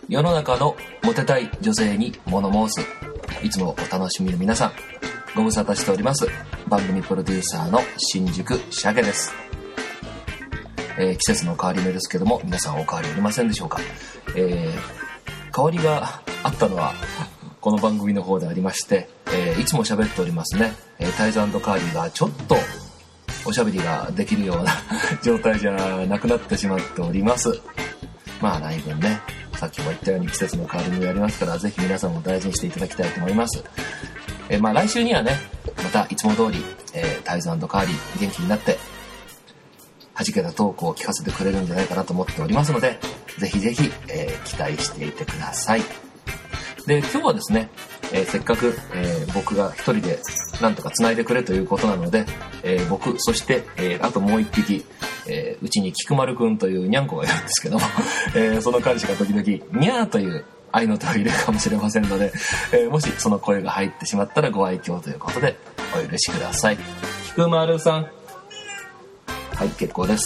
世の中のモテたい女性に物申す、いつもお楽しみの皆さん、ご無沙汰しております。番組プロデューサーの新宿シャゲです。季節の変わり目ですけども、皆さんお変わりありませんでしょうか。変わりがあったのはこの番組の方でありまして、いつも喋っておりますね、タイズ&カーリーがちょっとおしゃべりができるような状態じゃなくなってしまっております。まあ何分ね、さっきも言ったように季節の変わり目がありますから、ぜひ皆さんも大事にしていただきたいと思います。まあ来週にはね、またいつも通り、タイズ&カーリー元気になって弾けたトークを聞かせてくれるんじゃないかなと思っておりますので、ぜひぜひ、期待していてください。で、今日はですね、せっかく、僕が一人でなんとか繋いでくれということなので、僕、そして、あともう一匹、うちに菊丸くんというニャンコがいるんですけども、その彼氏が時々ニャーという愛の手を入れるかもしれませんので、もしその声が入ってしまったらご愛嬌ということでお許しください。菊丸さん、はい、結構です。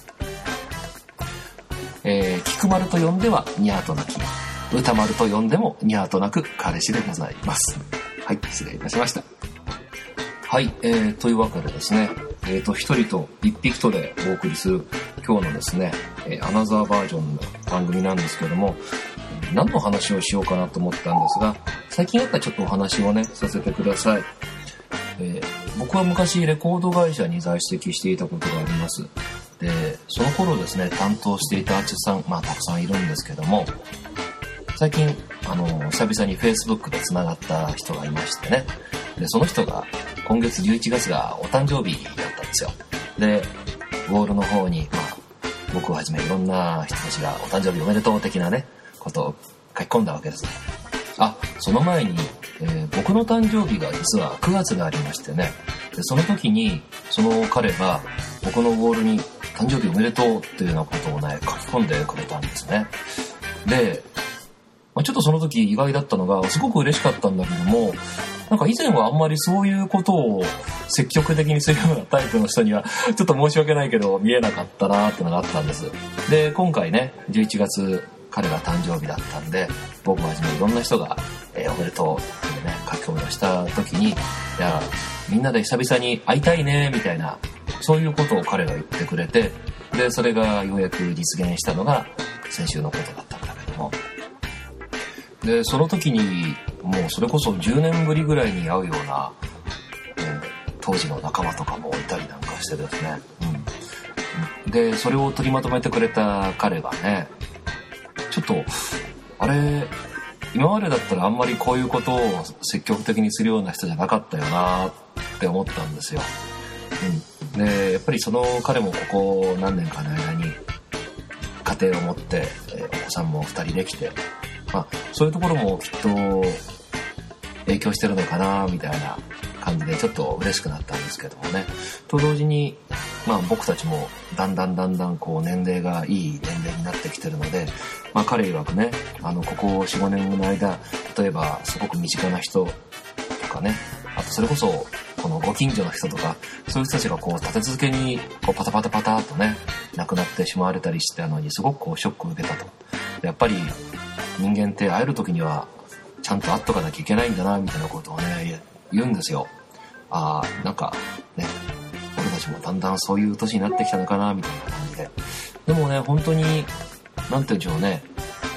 菊丸と呼んではニャーと泣き、歌丸と呼んでもニャーと泣く彼氏でございます。はい、失礼いたしました。はい、というわけでですね、一人と一匹とでお送りする今日のですね、アナザーバージョンの番組なんですけども、何の話をしようかなと思ったんですが、最近あったちょっとお話をね、させてください。僕は昔レコード会社に在籍していたことがあります。で、その頃ですね、担当していたアーティストさん、まあたくさんいるんですけども、最近久々に Facebook で繋がった人がいましてね、でその人が今月11月がお誕生日だったんですよ。でウォールの方に、僕をはじめいろんな人たちがお誕生日おめでとう的なねことを書き込んだわけです。その前に、僕の誕生日が実は9月がありましてね、でその時にその彼が僕のウォールに誕生日おめでとうっていうようなことをね書き込んでくれたんですね。でちょっとその時意外だったのが、すごく嬉しかったんだけども、なんか以前はあんまりそういうことを積極的にするようなタイプの人にはちょっと申し訳ないけど見えなかったなってのがあったんです。で今回ね、11月彼が誕生日だったんで、僕をはじめいろんな人が、おめでとうっていうね書き込みをした時に、いやみんなで久々に会いたいねみたいな、そういうことを彼が言ってくれて、でそれがようやく実現したのが先週のことだったんだけども、でその時にもうそれこそ10年ぶりぐらいに会うような、当時の仲間とかもいたりなんかしてですね、でそれを取りまとめてくれた彼がね、ちょっとあれ今までだったらあんまりこういうことを積極的にするような人じゃなかったよなって思ったんですよ。でやっぱりその彼もここ何年かの間に家庭を持って、お子さんも2人できて、そういうところもきっと影響してるのかなみたいな感じでちょっと嬉しくなったんですけどもね。と同時に僕たちもだんだんこう年齢がいい年齢になってきてるので、彼曰くね、ここ 4,5 年の間、例えばすごく身近な人とかね、あとそれこそこのご近所の人とか、そういう人たちがこう立て続けにこうパタパタとね亡くなってしまわれたりしたのに、すごくこうショックを受けたと。やっぱり人間って会える時にはちゃんと会っとかなきゃいけないんだなみたいなことをね言うんですよ。なんかね、俺たちもだんだんそういう年になってきたのかなみたいな感じで、でもね本当になんていうんでしょうね、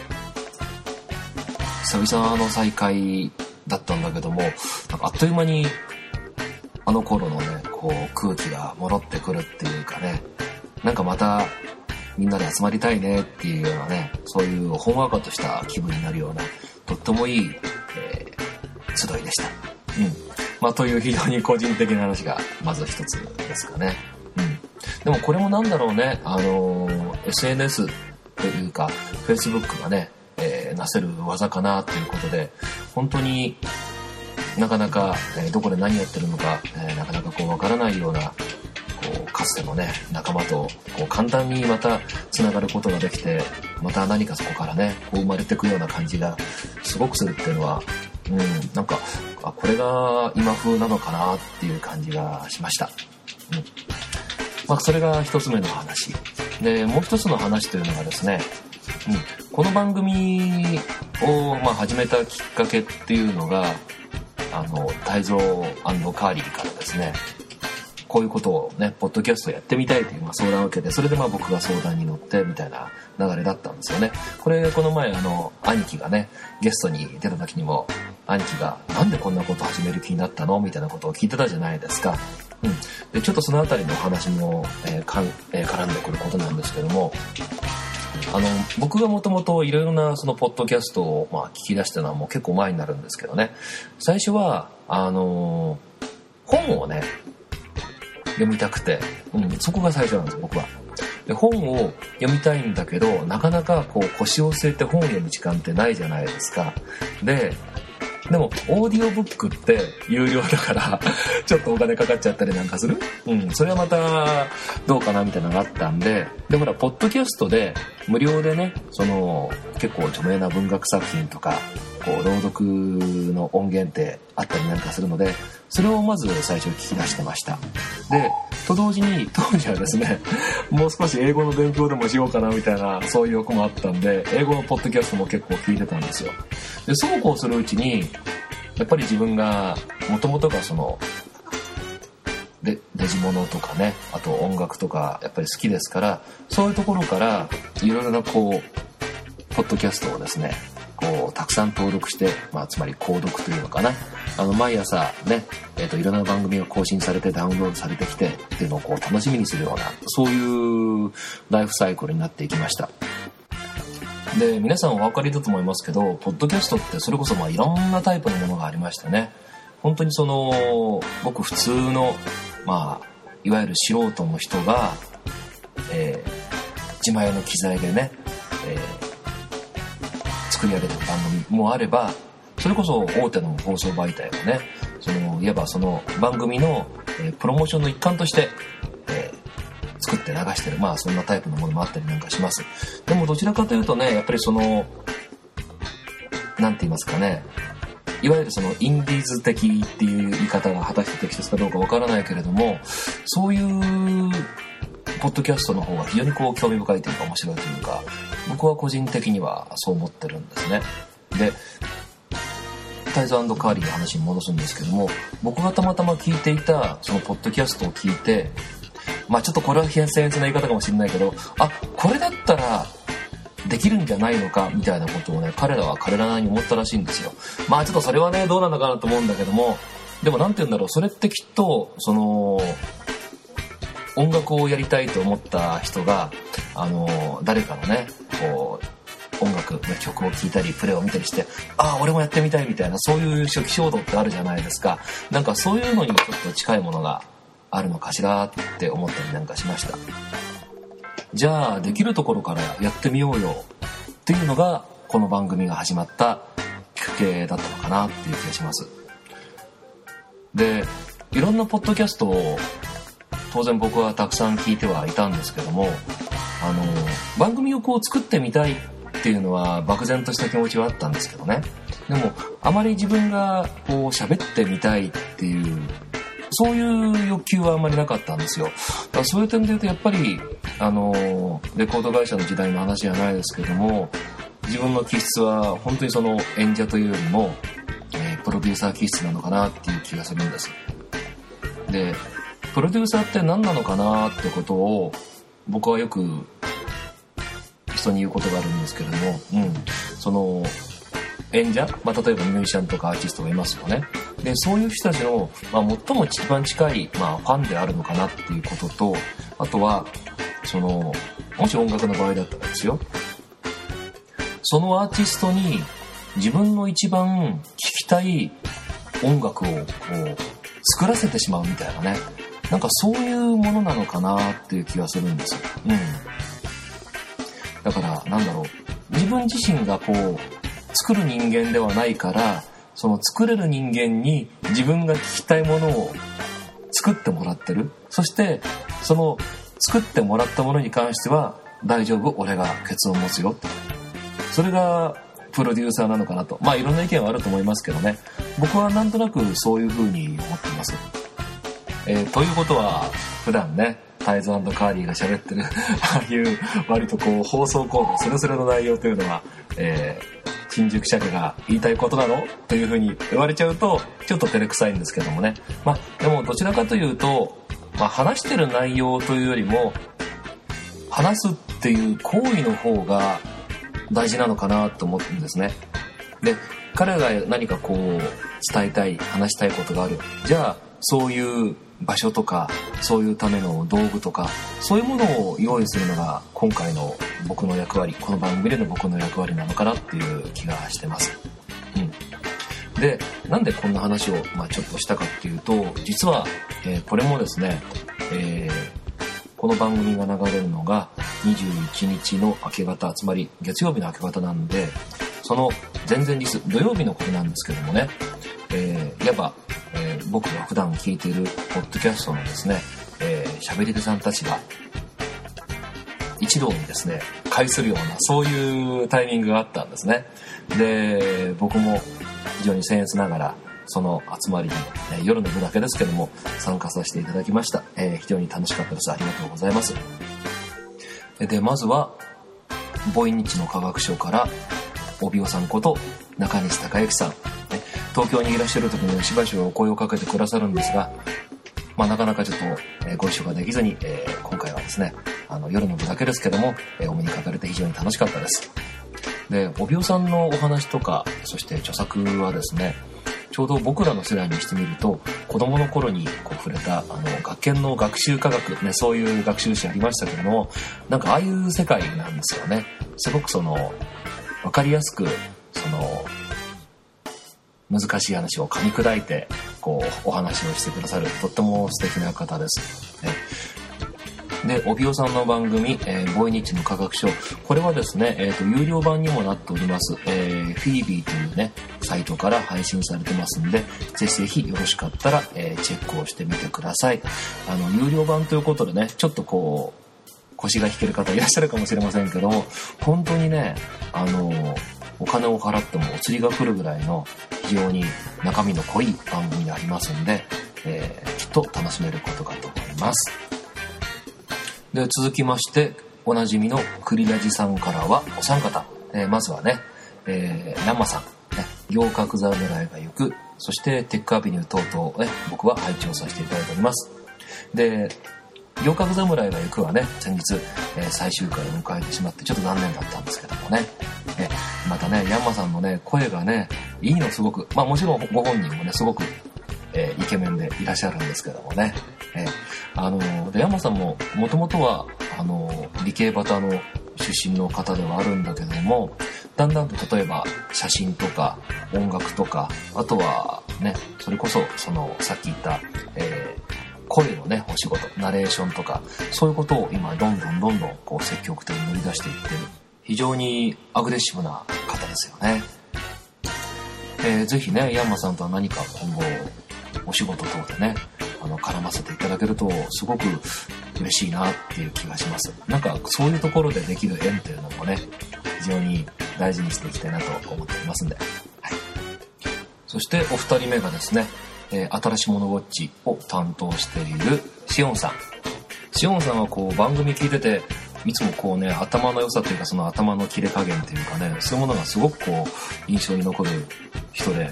久々の再会だったんだけども、なんかあっという間にあの頃のねこう空気が戻ってくるっていうかね、なんかまたみんなで集まりたいねっていうようなね、そういうほんわかとした気分になるようなとってもいい、集いでした。という非常に個人的な話がまず一つですかね。でもこれもなんだろうね、SNS というか Facebook がね、なせる技かなということで、本当になかなか、どこで何やってるのか、なかなかこうわからないようなかつてのね仲間とこう簡単にまたつながることができて、また何かそこからねこう生まれていくような感じがすごくするっていうのは、なんかこれが今風なのかなっていう感じがしました。それが一つ目の話で、もう一つの話というのがですね、 この番組を、始めたきっかけっていうのが泰造&カーリーからですね、こういうことをね、ポッドキャストやってみたいという相談を受けて、それで僕が相談に乗ってみたいな流れだったんですよね。この前兄貴がね、ゲストに出た時にも、兄貴がなんでこんなこと始める気になったのみたいなことを聞いてたじゃないですか。でちょっとそのあたりの話も、絡んでくることなんですけども、僕がもともといろいろなそのポッドキャストを聞き出したのはもう結構前になるんですけどね、最初は本をね読みたくて、そこが最初なんですよ、僕は。で本を読みたいんだけど、なかなか腰を据えて本を読む時間ってないじゃないですか。でもオーディオブックって有料だからちょっとお金かかっちゃったりなんかする、それはまたどうかなみたいなのがあったんで、ほらポッドキャストで無料でね、結構著名な文学作品とか朗読の音源ってあったりなんかするので、それをまず最初聞き出してました。でと同時に当時はですね、もう少し英語の勉強でもしようかなみたいな、そういう欲もあったんで、英語のポッドキャストも結構聞いてたんですよ。でそうこうするうちにやっぱり自分がもともとがデジモノとかね、あと音楽とかやっぱり好きですから、そういうところからいろいろなポッドキャストをですねたくさん登録して、つまり購読というのかな、毎朝ね、いろんな番組が更新されてダウンロードされてきてっていうのを楽しみにするような、そういうライフサイクルになっていきました。で皆さんお分かりだと思いますけど、ポッドキャストってそれこそいろんなタイプのものがありましてね、本当に僕普通のいわゆる素人の人が、自前の機材でね、作り上げてる番組もあれば、それこそ大手の放送媒体がね、いわばその番組の、プロモーションの一環として、作って流してる、そんなタイプのものもあったりなんかします。でもどちらかというとね、やっぱりなんて言いますかね、いわゆるインディーズ的っていう言い方が果たして適切かどうかわからないけれども、そういうポッドキャストの方が非常に興味深いというか面白いというか、僕は個人的にはそう思ってるんですね。で泰造&カーリーの話に戻すんですけども、僕がたまたま聞いていたそのポッドキャストを聞いて、ちょっとこれは僭越な言い方かもしれないけど、これだったらできるんじゃないのかみたいなことをね、彼らなりに思ったらしいんですよ。ちょっとそれはねどうなのかなと思うんだけども、でもなんて言うんだろう、それってきっと音楽をやりたいと思った人が誰かのね音楽の曲を聴いたりプレイを見たりして、俺もやってみたいみたいな、そういう初期衝動ってあるじゃないですか。なんかそういうのにちょっと近いものがあるのかしらって思ったりなんかしました。じゃあできるところからやってみようよっていうのがこの番組が始まったきっかけだったのかなっていう気がします。でいろんなポッドキャストを当然僕はたくさん聞いてはいたんですけども、番組を作ってみたいっていうのは漠然とした気持ちはあったんですけどね。でもあまり自分が喋ってみたいっていうそういう欲求はあんまりなかったんですよ。だからそういう点で言うとやっぱりレコード会社の時代の話じゃないですけども、自分の気質は本当に演者というよりも、プロデューサー気質なのかなっていう気がするんです。でプロデューサーって何なのかなってことを僕はよく人に言うことがあるんですけれども、演者、例えばミュージシャンとかアーティストがいますよね。でそういう人たちの、最も一番近い、ファンであるのかなっていうことと、あとはもし音楽の場合だったらですよ、そのアーティストに自分の一番聴きたい音楽を作らせてしまうみたいなね、なんかそういうものなのかなっていう気がするんですよ。だから自分自身が作る人間ではないから、その作れる人間に自分が聞きたいものを作ってもらってる。そしてその作ってもらったものに関しては大丈夫、俺がケツを持つよ。それがプロデューサーなのかなと。いろんな意見はあると思いますけどね、僕はなんとなくそういう風に思っています。ということは普段ね、 タイズ&カーリーが喋ってるああいう割とこう放送コードスレスレの内容というのは、新宿社会が言いたいことなのというふうに言われちゃうとちょっと照れくさいんですけどもね。でもどちらかというと、話してる内容というよりも話すっていう行為の方が大事なのかなと思ってるんですね。で、彼が何かこう伝えたい話したいことがある、じゃあそういう場所とかそういうための道具とかそういうものを用意するのが今回の僕の役割、この番組での僕の役割なのかなっていう気がしてます。で、なんでこんな話をちょっとしたかっていうと、実は、これもですね、この番組が流れるのが21日の明け方、つまり月曜日の明け方なんで、その前々日土曜日のことなんですけどもね、いわば、僕が普段聞いているポッドキャストのですね、喋り手さんたちが一堂にですね会するような、そういうタイミングがあったんですね。で、僕も非常に僭越ながらその集まりに、夜の部だけですけども参加させていただきました。非常に楽しかったです。ありがとうございます。で、まずはボイニッチの科学賞から帯尾さんこと中西孝之さん、東京にいらっしゃる時にしばしばお声をかけてくださるんですが、なかなかちょっと、ご一緒ができずに、今回はですね夜の部だけですけども、お目にかかれて非常に楽しかったです。で、帯尾さんのお話とかそして著作はですね、ちょうど僕らの世代にしてみると子供の頃にこう触れた学研の学習科学、そういう学習史ありましたけども、なんかああいう世界なんですよね。すごく分かりやすく難しい話を噛み砕いてこうお話をしてくださるとっても素敵な方です。で、帯尾さんの番組、ボイニッチの科学賞、これはですね、有料版にもなっております、フィービーというねサイトから配信されてますんで、ぜひぜひよろしかったら、チェックをしてみてください。有料版ということでね、ちょっとこう腰が引ける方いらっしゃるかもしれませんけども、本当にねお金を払ってもお釣りが来るぐらいの非常に中身の濃い番組になりますんで、きっと楽しめることかと思います。で、続きましておなじみのクリラジさんからはお三方、まずはね、ヤンマさん、行革侍が行く、そしてテックアビニュー等々、僕は拝聴させていただいております。で、行革侍が行くはね、先日、最終回を迎えてしまってちょっと残念だったんですけどもね、またね、ヤンマさんのね声がねいいのすごく、もちろんご本人もねすごく、イケメンでいらっしゃるんですけどもね、でヤンマさんももともとは理系バタの出身の方ではあるんだけども、だんだんと例えば写真とか音楽とか、あとはねそれこそさっき言った、声のねお仕事、ナレーションとかそういうことを今どんどんこう積極的に乗り出していってる、非常にアグレッシブな方ですよね。ぜひねヤンマさんとは何か今後お仕事等でね絡ませていただけるとすごく嬉しいなっていう気がします。なんかそういうところでできる縁というのもね非常に大事にしていきたいなと思っていますんで、そしてお二人目がですね、新しものウォッチを担当しているシオンさん。シオンさんはこう番組聞いてていつもこうね頭の良さというか頭の切れ加減というかね、そういうものがすごくこう印象に残る人で、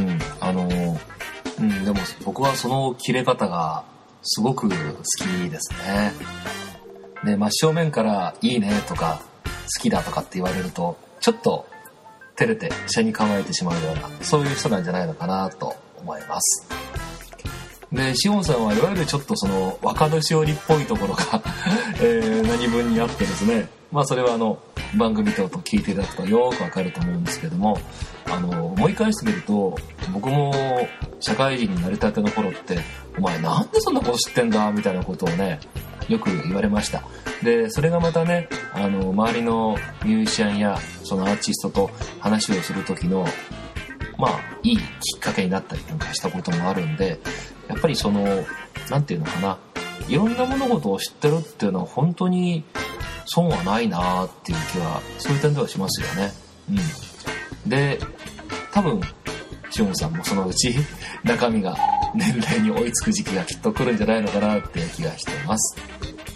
でも僕はその切れ方がすごく好きですね。で、真正面からいいねとか好きだとかって言われるとちょっと照れて車に構えてしまうような、そういう人なんじゃないのかなと思います。で、シオンさんはいわゆるちょっと若年寄りっぽいところが、何分にあってですね、それは番組等々聞いていただくとよくわかると思うんですけども、思い返してみると僕も社会人になりたての頃ってお前なんでそんなこと知ってんだみたいなことをねよく言われました。で、それがまたね周りのミュージシャンやそのアーティストと話をする時のいいきっかけになったりなんかしたこともあるんで、やっぱりなんていうのかな、いろんな物事を知ってるっていうのは本当に損はないなっていう気はそういう点ではしますよね。で、多分シオンさんもそのうち中身が年齢に追いつく時期がきっと来るんじゃないのかなっていう気がしています。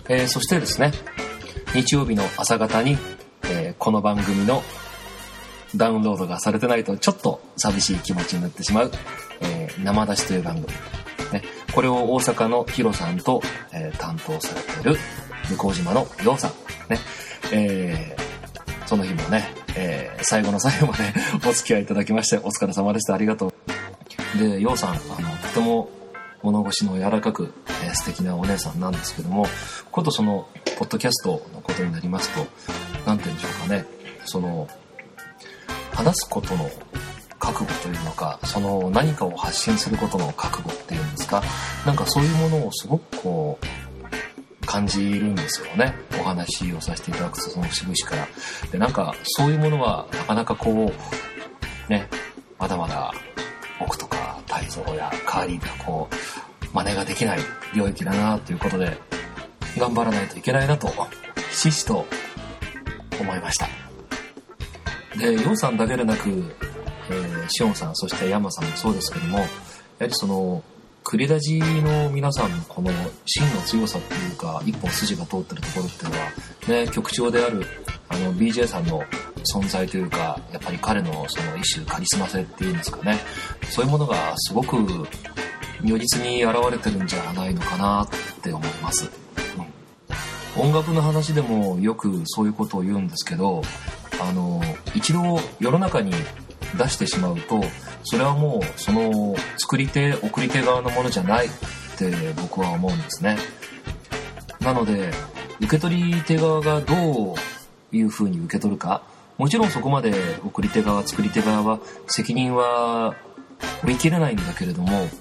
そしてですね、日曜日の朝方に、この番組のダウンロードがされてないとちょっと寂しい気持ちになってしまう、生出しという番組、ね、これを大阪のヒロさんと、担当されている向島のヨウさん、ね、その日もね、最後の最後までお付き合いいただきましてお疲れ様でした。ありがとう。で、ヨウさんとても物腰の柔らかく、素敵なお姉さんなんですけども、ことそのポッドキャストのことになりますと、なんて言うんでしょうかね、その話すことの覚悟というのか、その何かを発信することの覚悟っていうんですか、なんかそういうものをすごくこう感じるんですよね。お話をさせていただくと、その節々からで、なんかそういうものはなかなかこうね、まだまだ僕とか泰造やカーリーがこう真似ができない領域だなということで、頑張らないといけないなとひしひしと思いました。で、ヨウさんだけでなく、シオンさん、そしてヤマさんもそうですけども、やはりそのクリラジの皆さんのこの芯の強さっていうか、一本筋が通ってるところっていうのはね、局長であるBJ さんの存在というか、やっぱり彼のその一種カリスマ性っていうんですかね、そういうものがすごく如実に現れてるんじゃないのかなって思います、音楽の話でもよくそういうことを言うんですけど、一度世の中に出してしまうと、それはもうその作り手送り手側のものじゃないって僕は思うんですね。なので受け取り手側がどういうふうに受け取るか、もちろんそこまで送り手側作り手側は責任は追い切れないんだけれども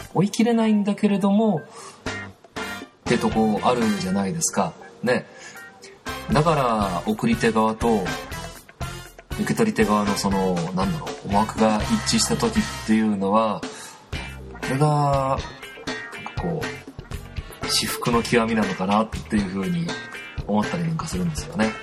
ってとこあるじゃないですかね。だから送り手側と受け取り手側のその思惑が一致した時っていうのは、これがなんかこう至福の極みなのかなっていうふうに思ったりなんかするんですよね。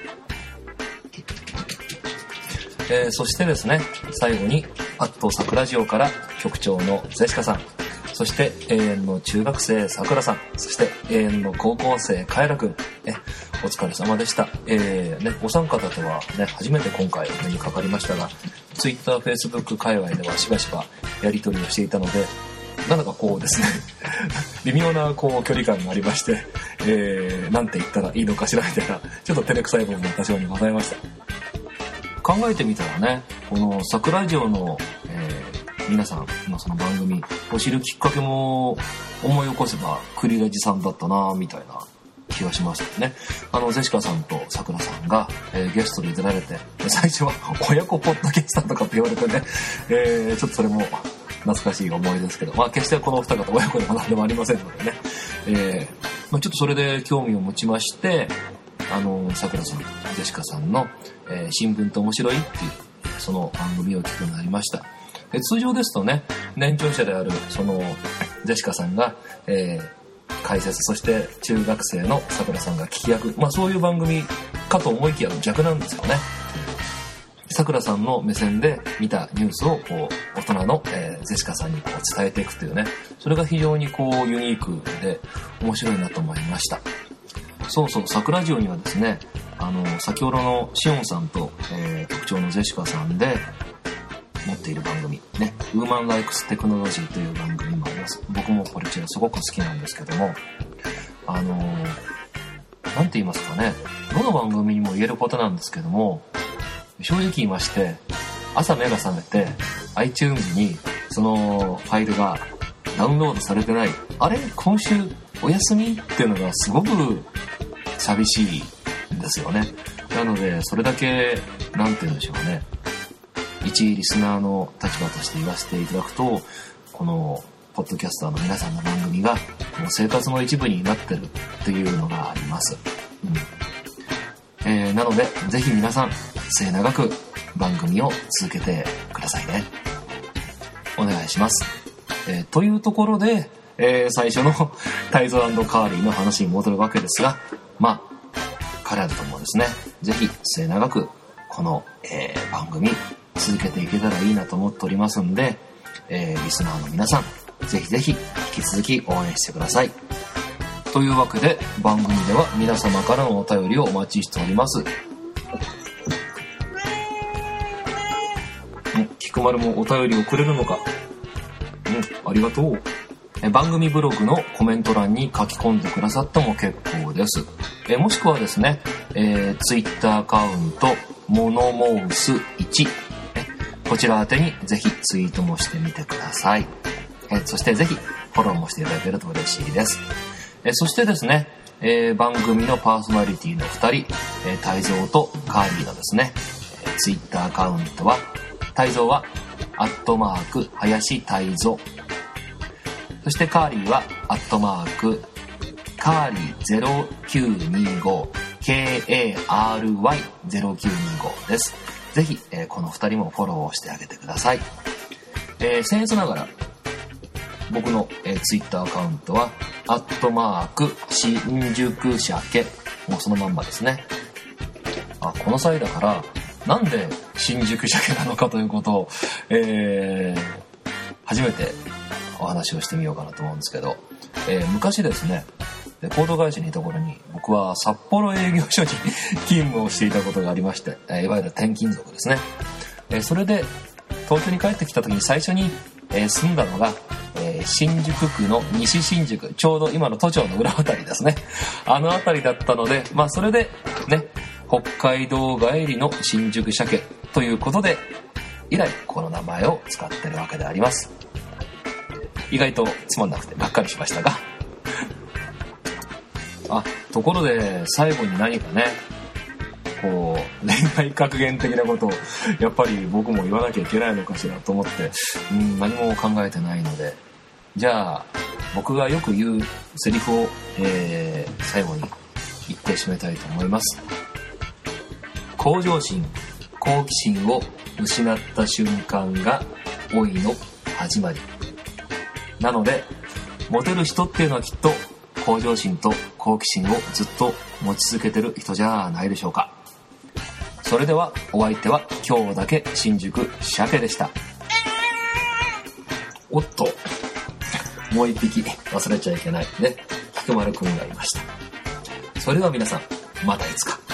そしてですね、最後にアットサクラジオから局長のゼシカさん、そして永遠の中学生さくらさん、そして永遠の高校生カエラくん、お疲れ様でした。お三方とはね、初めて今回お目にかかりましたが、Twitter、Facebook 界隈ではしばしばやり取りをしていたので、なんだかこうですね微妙なこう距離感がありまして、なんて言ったらいいのかしらみたいな、ちょっと照れくさい部分も多少にございました。考えてみたらね、このサクラジオの、皆さんのその番組を知るきっかけも思い起こせばクリラジさんだったなみたいな気がしますよね。ゼシカさんとさくらさんが、ゲストで出られて、最初は親子ポッドキャスターとかって言われてね、ちょっとそれも懐かしい思いですけど、決してこのお二方親子でも何でもありませんのでね、ちょっとそれで興味を持ちまして、さくらさん、ジェシカさんの、新聞って面白いっていうその番組を聞くようになりました。通常ですとね、年長者であるそのジェシカさんが、解説、そして中学生のさくらさんが聞き役、そういう番組かと思いきや逆なんですよね。さくらさんの目線で見たニュースをこう大人の、ゼシカさんにこう伝えていくというね、それが非常にこうユニークで面白いなと思いました。そうそう、サクラジオにはですね、先ほどのシオンさんと、局長のゼシカさんで持っている番組ね、ウーマンライクステクノロジーという番組もあります。僕もこれすごく好きなんですけども、なんて言いますかね、どの番組にも言えることなんですけども、正直言いまして、朝目が覚めて iTunes にそのファイルがダウンロードされてない、あれ今週お休みっていうのがすごく寂しいんですよね。なのでそれだけなんて言うんでしょうね、一リスナーの立場として言わせていただくと、このポッドキャスターの皆さんの番組がもう生活の一部になってるっていうのがあります、なのでぜひ皆さん末永く番組を続けてくださいね。お願いします。というところで、最初のタイゾ&カーリーの話に戻るわけですが、彼らともですね、ぜひ末永くこの、番組続けていけたらいいなと思っておりますんで、リスナーの皆さんぜひぜひ引き続き応援してください。 というわけで番組では皆様からのお便りをお待ちしております。菊丸もお便りをくれるのか。ありがとう。番組ブログのコメント欄に書き込んでくださっても結構です。もしくはですね、ツイッターアカウントモノモウス1、こちら宛てにぜひツイートもしてみてください。そしてぜひフォローもしていただけると嬉しいです。そしてですね、番組のパーソナリティの2人、泰造とカーリーのですね、ツイッターアカウントは、泰造は@林泰造、そしてカーリーはカーリー0925 KARY0925 です。ぜひ、この2人もフォローをしてあげてください。僭越ながら僕の、ツイッターアカウントは新宿鮭、もうそのまんまですね。この際だからなんで新宿鮭なのかということを、初めてお話をしてみようかなと思うんですけど、昔ですね、レコード会社にいた頃に僕は札幌営業所に勤務をしていたことがありまして、いわゆる転勤族ですね。それで東京に帰ってきた時に最初に、住んだのが、新宿区の西新宿、ちょうど今の都庁の裏あたりですね。あのあたりだったので、それでね、北海道帰りの新宿鮭ということで、以来この名前を使ってるわけであります。意外とつまんなくてがっかりしましたがところで最後に何かね、こう恋愛格言的なことをやっぱり僕も言わなきゃいけないのかしらと思って、何も考えてないので、じゃあ僕がよく言うセリフを、最後に言って締めたいと思います。向上心、好奇心を失った瞬間が老いの始まり。なのでモテる人っていうのはきっと向上心と好奇心をずっと持ち続けてる人じゃないでしょうか。それではお相手は今日だけ新宿鮭でした。おっと、もう一匹忘れちゃいけないね、菊丸くんがいました。それでは皆さん、またいつか。